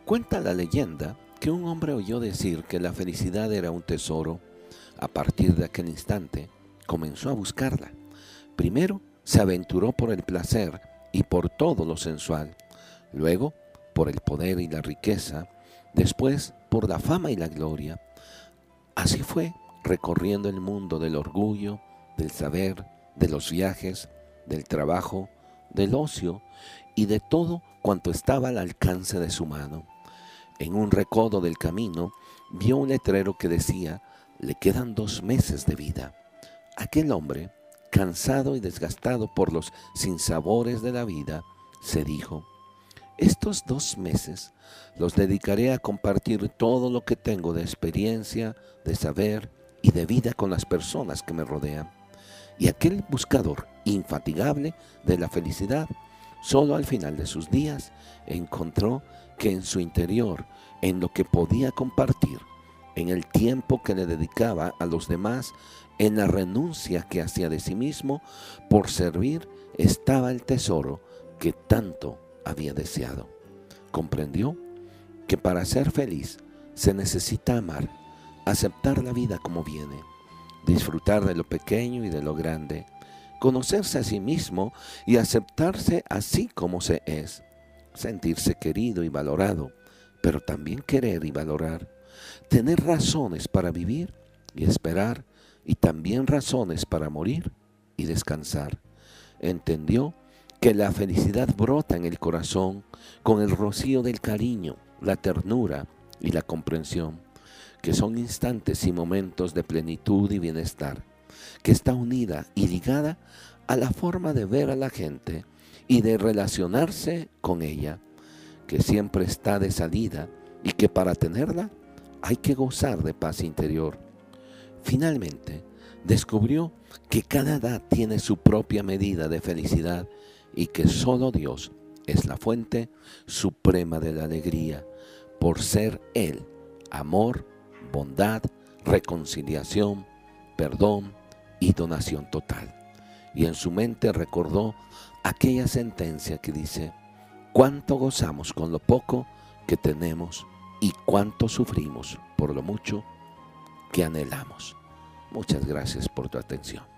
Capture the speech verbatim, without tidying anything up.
Cuenta la leyenda que un hombre oyó decir que la felicidad era un tesoro. A partir de aquel instante, comenzó a buscarla. Primero se aventuró por el placer y por todo lo sensual, luego por el poder y la riqueza, después por la fama y la gloria. Así fue recorriendo el mundo del orgullo, del saber, de los viajes, del trabajo, del ocio y de todo cuanto estaba al alcance de su mano. En un recodo del camino vio un letrero que decía: le quedan dos meses de vida. Aquel hombre, cansado y desgastado por los sinsabores de la vida, se dijo: estos dos meses los dedicaré a compartir todo lo que tengo de experiencia, de saber y de vida con las personas que me rodean. Y aquel buscador infatigable de la felicidad, solo al final de sus días, encontró que en su interior, en lo que podía compartir, en el tiempo que le dedicaba a los demás, en la renuncia que hacía de sí mismo por servir, estaba el tesoro que tanto había deseado. Comprendió que para ser feliz se necesita amar, aceptar la vida como viene, disfrutar de lo pequeño y de lo grande, conocerse a sí mismo y aceptarse así como se es, sentirse querido y valorado, pero también querer y valorar, tener razones para vivir y esperar, y también razones para morir y descansar. Entendió que la felicidad brota en el corazón con el rocío del cariño, la ternura y la comprensión, que son instantes y momentos de plenitud y bienestar, que está unida y ligada a la forma de ver a la gente y de relacionarse con ella, que siempre está de salida y que para tenerla hay que gozar de paz interior. Finalmente, descubrió que cada edad tiene su propia medida de felicidad y que solo Dios es la fuente suprema de la alegría, por ser Él amor, bondad, reconciliación, perdón y donación total. Y en su mente recordó aquella sentencia que dice: cuánto gozamos con lo poco que tenemos y cuánto sufrimos por lo mucho que anhelamos. Muchas gracias por tu atención.